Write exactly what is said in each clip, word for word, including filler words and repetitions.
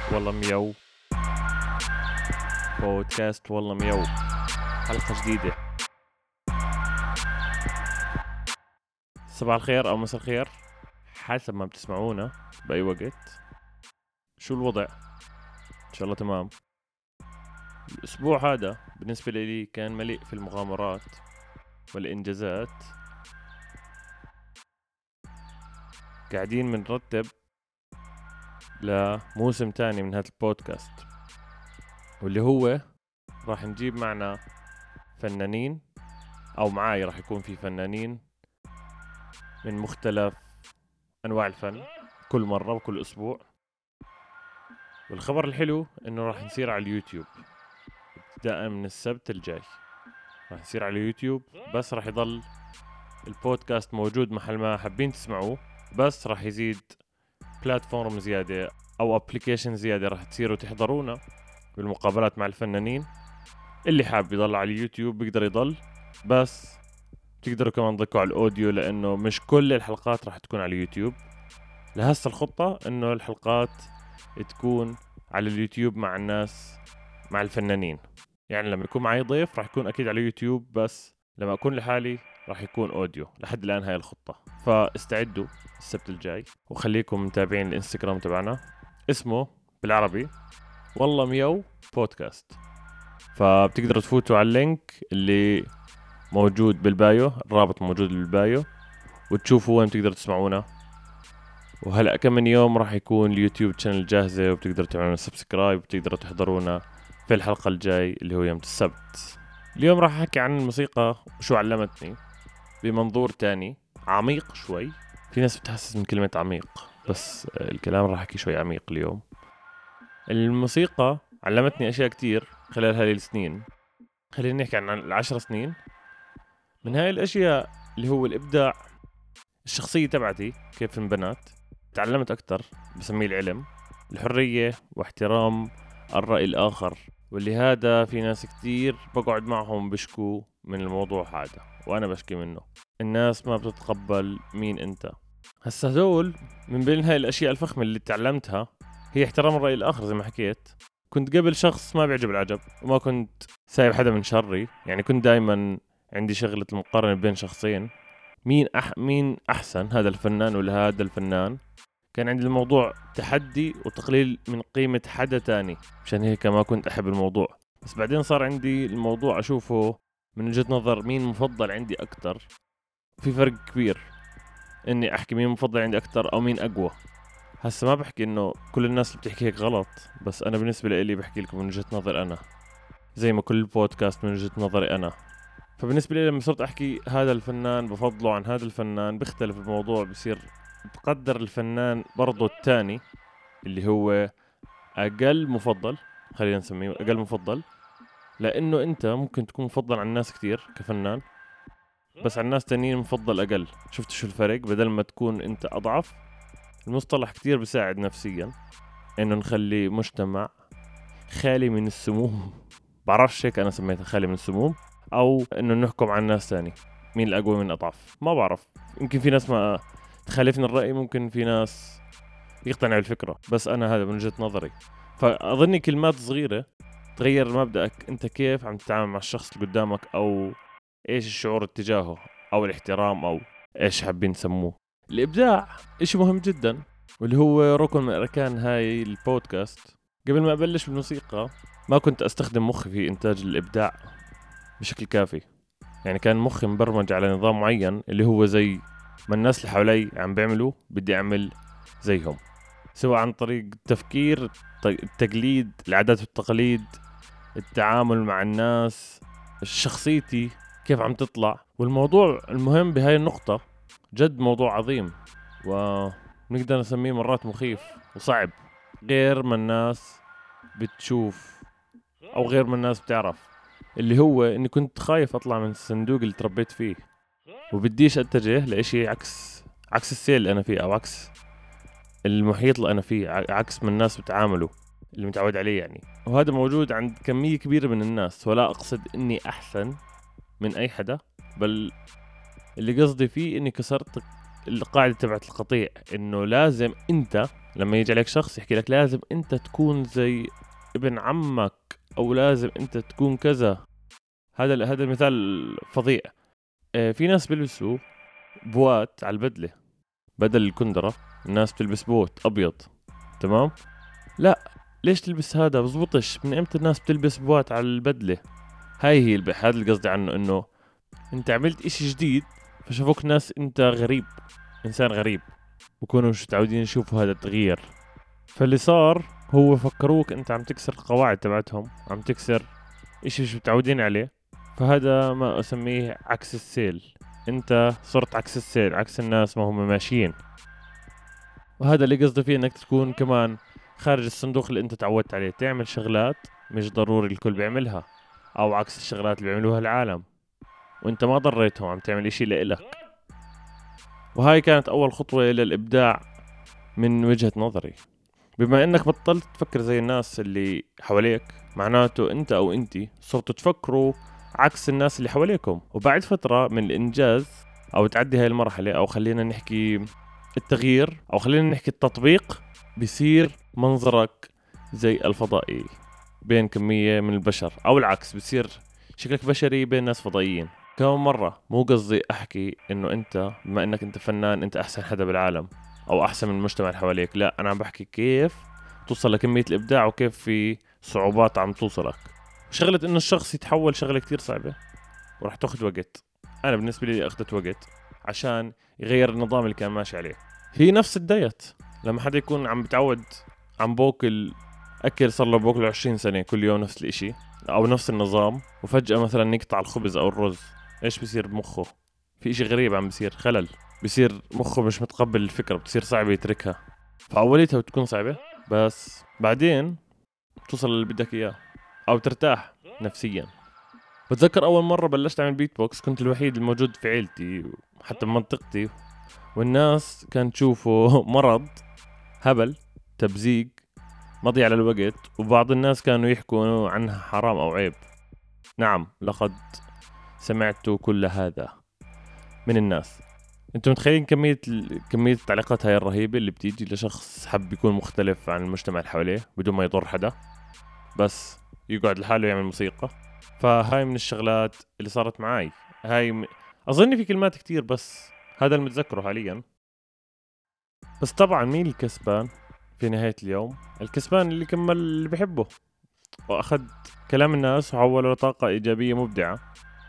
والله ميو بودكاست والله ميو حلقة جديدة. صباح الخير أو مساء الخير حسب ما بتسمعونا بأي وقت. شو الوضع؟ إن شاء الله تمام. الأسبوع هذا بالنسبة لي كان مليء في المغامرات والإنجازات. قاعدين بنرتب لموسم تاني من هذا البودكاست، واللي هو راح نجيب معنا فنانين، أو معاي راح يكون في فنانين من مختلف أنواع الفن كل مرة وكل أسبوع. والخبر الحلو إنه راح نصير على اليوتيوب ابتداء من السبت الجاي. راح نصير على اليوتيوب، بس راح يضل البودكاست موجود محل ما حابين تسمعوه، بس راح يزيد بلاتفورم زيادة أو أبليكيشن زيادة راح تصيروا تحضرونا بالمقابلات مع الفنانين. اللي حاب يضل على اليوتيوب بيقدر يضل، بس تقدروا كمان تضيقوا على الأوديو لأنه مش كل الحلقات راح تكون على اليوتيوب. لهسه الخطة إنه الحلقات تكون على اليوتيوب مع الناس، مع الفنانين. يعني لما يكون معي ضيف راح يكون أكيد على اليوتيوب، بس لما أكون لحالي راح يكون أوديو. لحد الآن هاي الخطة، فاستعدوا السبت الجاي وخليكم متابعين الانستغرام تبعنا، اسمه بالعربي والله ميو بودكاست. فبتقدروا تفوتوا على اللينك اللي موجود بالبايو، الرابط موجود بالبايو، وتشوفوا وين تقدروا تسمعونا. وهلأ كم من يوم راح يكون اليوتيوب channel جاهزة، وبتقدروا تعملوا سبسكرايب وبتقدروا تحضرونا في الحلقة الجاي اللي هو يوم السبت. اليوم راح أحكي عن الموسيقى وشو علمتني بمنظور تاني عميق شوي. في ناس بتحسس من كلمة عميق، بس الكلام راح أحكي شوي عميق اليوم. الموسيقى علمتني أشياء كتير خلال هذه السنين. خلينا نحكي عن العشر سنين. من هاي الأشياء اللي هو الإبداع، الشخصية تبعتي كيف انبنت. تعلمت أكتر، بسميه العلم، الحرية واحترام الرأي الآخر، واللي هذا في ناس كتير بقعد معهم بشكوا من الموضوع هذا، وأنا بشكي منه. الناس ما بتتقبل مين أنت. هسا هدول من بين هاي الأشياء الفخمة اللي تعلمتها هي احترام الرأي الآخر. زي ما حكيت، كنت قبل شخص ما بيعجب العجب، وما كنت سايب حدا من شري. يعني كنت دايما عندي شغلة المقارنة بين شخصين، مين أح مين أحسن، هذا الفنان ولا هذا الفنان. كان عندي الموضوع تحدي وتقليل من قيمة حدا تاني، مشان هيك ما كنت أحب الموضوع. بس بعدين صار عندي الموضوع أشوفه من وجهة نظر مين مفضل عندي أكتر. في فرق كبير إني أحكي مين مفضل عندي أكتر أو مين أقوى. هسه ما بحكي إنه كل الناس اللي بتحكي هيك غلط، بس أنا بالنسبة لي بحكي لكم من وجهة نظر أنا، زي ما كل بودكاست من وجهة نظري أنا. فبالنسبة لي لما صرت أحكي هذا الفنان بفضله عن هذا الفنان، بيختلف الموضوع. بصير بقدر الفنان برضو التاني اللي هو أقل مفضل، خلينا نسميه أقل مفضل، لأنه أنت ممكن تكون مفضل عن الناس كتير كفنان، بس عن الناس تانيين مفضل أقل. شفت شو الفرق؟ بدل ما تكون أنت أضعف. المصطلح كتير بيساعد نفسيا إنه نخلي مجتمع خالي من السموم. بعرفش هيك أنا سميتها خالي من السموم، أو إنه نحكم على الناس تاني مين الأقوى من أضعف. ما بعرف، يمكن في ناس ما تخالفني الرأي، ممكن في ناس يقتنع بالفكرة، بس أنا هذا من وجهة نظري. فأظن كلمات صغيرة تغير مبدأك أنت كيف عم تتعامل مع الشخص اللي قدامك، أو إيش الشعور اتجاهه، أو الاحترام، أو إيش حابين نسموه. الإبداع إشي مهم جدا، واللي هو ركن من أركان هاي البودكاست. قبل ما أبلش بالموسيقى ما كنت أستخدم مخي في إنتاج الإبداع بشكل كافي. يعني كان مخي مبرمج على نظام معين، اللي هو زي ما الناس اللي حوالي عم بيعملوا بدي أعمل زيهم، سواء عن طريق التفكير، التقليد، العادات والتقاليد، التعامل مع الناس، شخصيتي كيف عم تطلع. والموضوع المهم بهاي النقطة جد موضوع عظيم، ونقدر نسميه مرات مخيف وصعب، غير ما الناس بتشوف أو غير ما الناس بتعرف. اللي هو إني كنت خايف أطلع من الصندوق اللي تربيت فيه، وبديش أتجه لإشي عكس عكس السيل اللي أنا فيه، أو عكس المحيط اللي أنا فيه، عكس من الناس بتعاملوا اللي متعود عليه يعني. وهذا موجود عند كمية كبيرة من الناس، ولا أقصد إني أحسن من أي حدا، بل اللي قصدي فيه إني كسرت القاعدة تبعت القطيع، إنه لازم أنت لما يجي عليك شخص يحكي لك لازم انت تكون زي ابن عمك او لازم انت تكون كذا، هذا هذا المثال فظيع. اه في ناس بيلبسوا بوات على البدلة بدل الكندرة، الناس بتلبس بوت ابيض، تمام؟ لا، ليش تلبس هذا؟ بزبطش. من امتى الناس بتلبس بوات على البدلة؟ هاي هي الب... هذا اللي قصدي عنه، انه انت عملت اشي جديد فشافوك ناس انت غريب، انسان غريب، بكونوا مش متعودين يشوفوا هذا التغيير. فاللي صار هو فكروك انت عم تكسر القواعد تبعتهم، عم تكسر اشي مش متعودين عليه. فهذا ما اسميه عكس السيل، انت صرت عكس السيل، عكس الناس ما هم ماشيين. وهذا اللي قصدي فيه، انك تكون كمان خارج الصندوق اللي انت تعودت عليه، تعمل شغلات مش ضروري الكل بيعملها، او عكس الشغلات اللي بيعملوها العالم، وانت ما ضريتهم، عم تعمل اشي لإلك. وهاي كانت اول خطوة للابداع من وجهة نظري. بما انك بطلت تفكر زي الناس اللي حواليك، معناته انت او انتي صرتوا تفكروا عكس الناس اللي حواليكم. وبعد فترة من الانجاز او تعدي هاي المرحلة، او خلينا نحكي التغيير، او خلينا نحكي التطبيق، بيصير منظرك زي الفضائي بين كمية من البشر، او العكس، بيصير شكلك بشري بين ناس فضائيين. كمان مرة مو قصدي احكي انه انت بما انك انت فنان انت احسن حدا بالعالم او احسن من المجتمع اللي حواليك، لا، انا عم بحكي كيف توصل لكمية الابداع وكيف في صعوبات عم توصلك. شغلة انه الشخص يتحول شغلة كتير صعبة وراح تاخد وقت. انا بالنسبة لي اخذت وقت عشان يغير النظام اللي كان ماشي عليه. هي نفس الدايت، لما حدا يكون عم بتعود عم باكل اكل صار له باكل عشرين سنة كل يوم نفس الاشي او نفس النظام، وفجأة مثلا يقطع الخبز او الرز، ايش بيصير بمخه؟ في اشي غريب عم بيصير، خلل، بيصير مخه مش متقبل الفكرة، بتصير صعبة يتركها. فأوليتها بتكون صعبة، بس بعدين توصل اللي بدك إياه أو ترتاح نفسيا. بتذكر أول مرة بلشت أعمل بيت بوكس كنت الوحيد الموجود في عيلتي وحتى بمنطقتي، والناس كانت تشوفه مرض، هبل، تبزيق، مضيع للوقت، وبعض الناس كانوا يحكوا عنها حرام أو عيب. نعم، لقد سمعت كل هذا من الناس. انتم متخيلين كمية ال... كمية التعليقات هاي الرهيبة اللي بتيجي لشخص حب يكون مختلف عن المجتمع اللي حواليه بدون ما يضر حدا، بس يقعد لحاله يعمل موسيقى. فهاي من الشغلات اللي صارت معاي. هاي م... أظن في كلمات كتير، بس هذا اللي متذكره حاليا. بس طبعا مين الكسبان في نهاية اليوم؟ الكسبان اللي كمل اللي بحبه وأخذ كلام الناس وحوله لطاقة إيجابية مبدعة،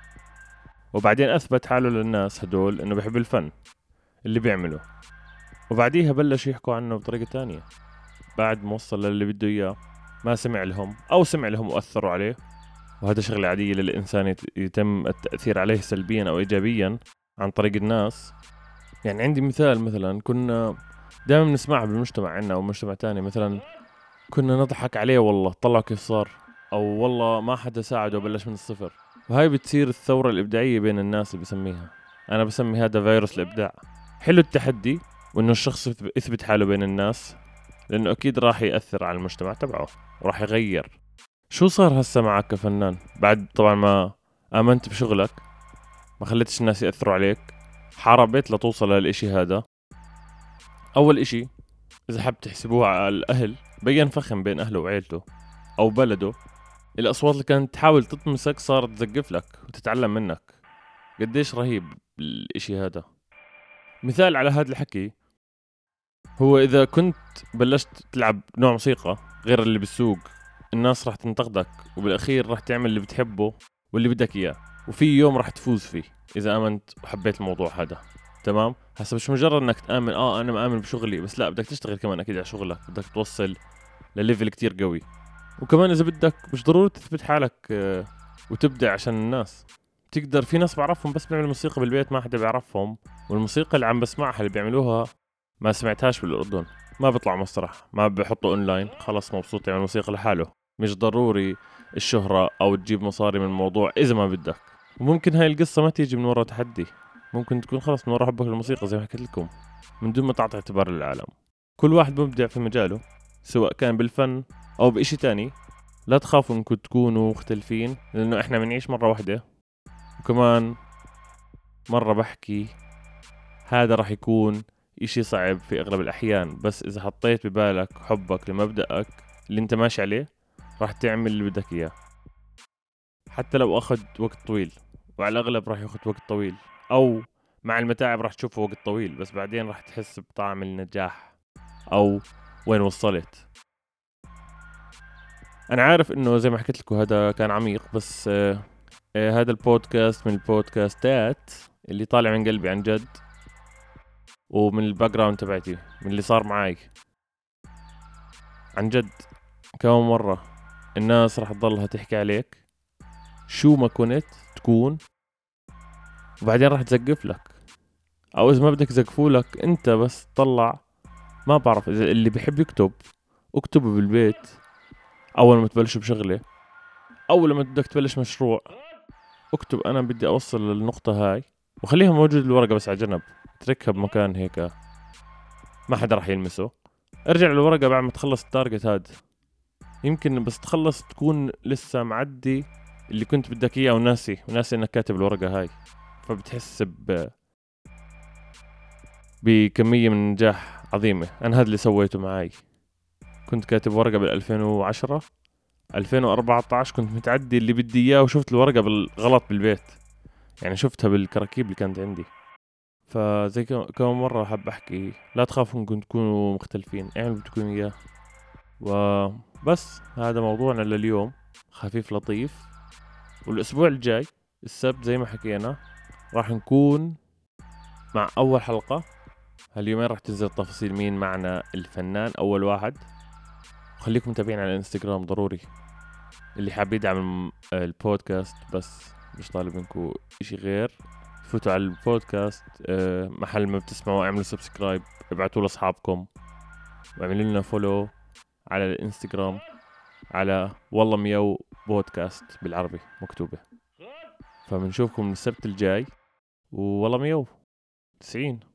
وبعدين أثبت حاله للناس هدول إنه بحب الفن اللي بيعمله، وبعديها بلش يحكوا عنه بطريقة تانية. بعد ما وصل للي بده إياه ما سمع لهم أو سمع لهم وأثروا عليه، وهذا شغلة عادية للإنسان يتم التأثير عليه سلبيا أو إيجابيا عن طريق الناس. يعني عندي مثال، مثلا كنا دائما نسمعها بالمجتمع عنا أو مجتمع تاني، مثلا كنا نضحك عليه والله طلعوا كيف صار، أو والله ما حدا ساعده وبلش من الصفر. وهاي بتصير الثورة الإبداعية بين الناس اللي بسميها. أنا بسمي هذا فيروس الإبداع. حلو التحدي وإنه الشخص يثبت حاله بين الناس، لأنه أكيد راح يأثر على المجتمع تبعه وراح يغير. شو صار هسا معك كفنان بعد طبعا ما آمنت بشغلك، ما خليتش الناس يأثروا عليك، حاربت لتوصل للإشي هذا؟ أول إشي إذا حاب تحسبوها على الأهل، بين فخم بين أهله وعيلته أو بلده. الأصوات اللي كانت تحاول تطمسك صارت تزقف لك وتتعلم منك. قديش رهيب الإشي هذا. مثال على هذا الحكي هو إذا كنت بلشت تلعب نوع موسيقى غير اللي بالسوق، الناس راح تنتقدك، وبالأخير راح تعمل اللي بتحبه واللي بدك إياه، وفي يوم راح تفوز فيه إذا آمنت وحبيت الموضوع هذا. تمام؟ هسا مش مجرد انك تآمن اه انا مآمن بشغلي بس، لا، بدك تشتغل كمان اكيد على شغلك، بدك توصل لليفل كتير قوي. وكمان اذا بدك مش ضروري تثبت حالك آه وتبدع عشان الناس. تقدر، في ناس بعرفهم بس بيعملوا موسيقى بالبيت ما حدا بيعرفهم، والموسيقى اللي عم بسمعها اللي بيعملوها ما سمعتهاش بالأردن، ما بيطلع مسرح، ما بيحطوا اونلاين، خلص مبسوط يعمل موسيقى لحاله. مش ضروري الشهرة او تجيب مصاري من الموضوع اذا ما بدك. وممكن هاي القصة ما تيجي من وراء تحدي، ممكن تكون خلص من وراء حبك للموسيقى زي ما حكيت لكم، من دون ما تعطي اعتبار للعالم. كل واحد مبدع في مجاله سواء كان بالفن او بإشي تاني. لا تخافوا انكم تكونوا مختلفين، لانه احنا بنعيش مرة واحدة. وكمان مرة بحكي هذا راح يكون إشي صعب في أغلب الأحيان، بس إذا حطيت ببالك حبك لمبدأك اللي أنت ماشي عليه راح تعمل اللي بدك إياه، حتى لو أخذ وقت طويل. وعلى الأغلب راح يأخذ وقت طويل، أو مع المتاعب راح تشوفه وقت طويل، بس بعدين راح تحس بطعم النجاح أو وين وصلت. أنا عارف إنه زي ما حكيت لكم هذا كان عميق، بس آه آه هذا البودكاست من البودكاستات اللي طالع من قلبي عن جد، ومن الباك جراوند تبعتي، من اللي صار معاي عن جد. كم مرة الناس راح تضلها تحكي عليك شو ما كنت تكون، وبعدين راح تزقف لك، او اذا ما بدك يزقفوا لك انت بس طلع. ما بعرف اذا اللي بيحب يكتب اكتبه بالبيت اول ما تبلش بشغله، اول ما بدك تبلش مشروع اكتب انا بدي اوصل للنقطة هاي، وخليها موجود الورقة بس على جنب، اتركها بمكان هيك ما حدا راح يلمسه. ارجع للورقة بعد ما تخلص التارجت هاد، يمكن بس تخلص تكون لسه معدي اللي كنت بدك اياه وناسي وناسي انك كاتب الورقة هاي، فبتحس ب بكمية من النجاح عظيمة. أنا هذا اللي سويته معاي. كنت كاتب ورقة بالألفين وعشرة ألفين وأربعة عشر، كنت متعدي اللي بدي إياه، وشفت الورقة بالغلط بالبيت، يعني شفتها بالكراكيب اللي كانت عندي. فزي كم مرة حاب أحكي لا تخافوا إنكم تكونوا مختلفين، اعملوا اللي بدكم إياه. وبس هذا موضوعنا لليوم، خفيف لطيف. والأسبوع الجاي السبت زي ما حكينا راح نكون مع أول حلقة. هاليومين راح تنزل التفاصيل مين معنا الفنان أول واحد. خليكم متابعين على الانستغرام ضروري، اللي حاب يدعم البودكاست بس مش طالب منكم إشي غير فوتوا على البودكاست محل ما بتسمعوا، اعملوا سبسكرايب، ابعتوا لأصحابكم، واعملوا لنا فولو على الانستغرام على والله ميو بودكاست بالعربي مكتوبة. فبنشوفكم السبت الجاي، والله ميو تسعين.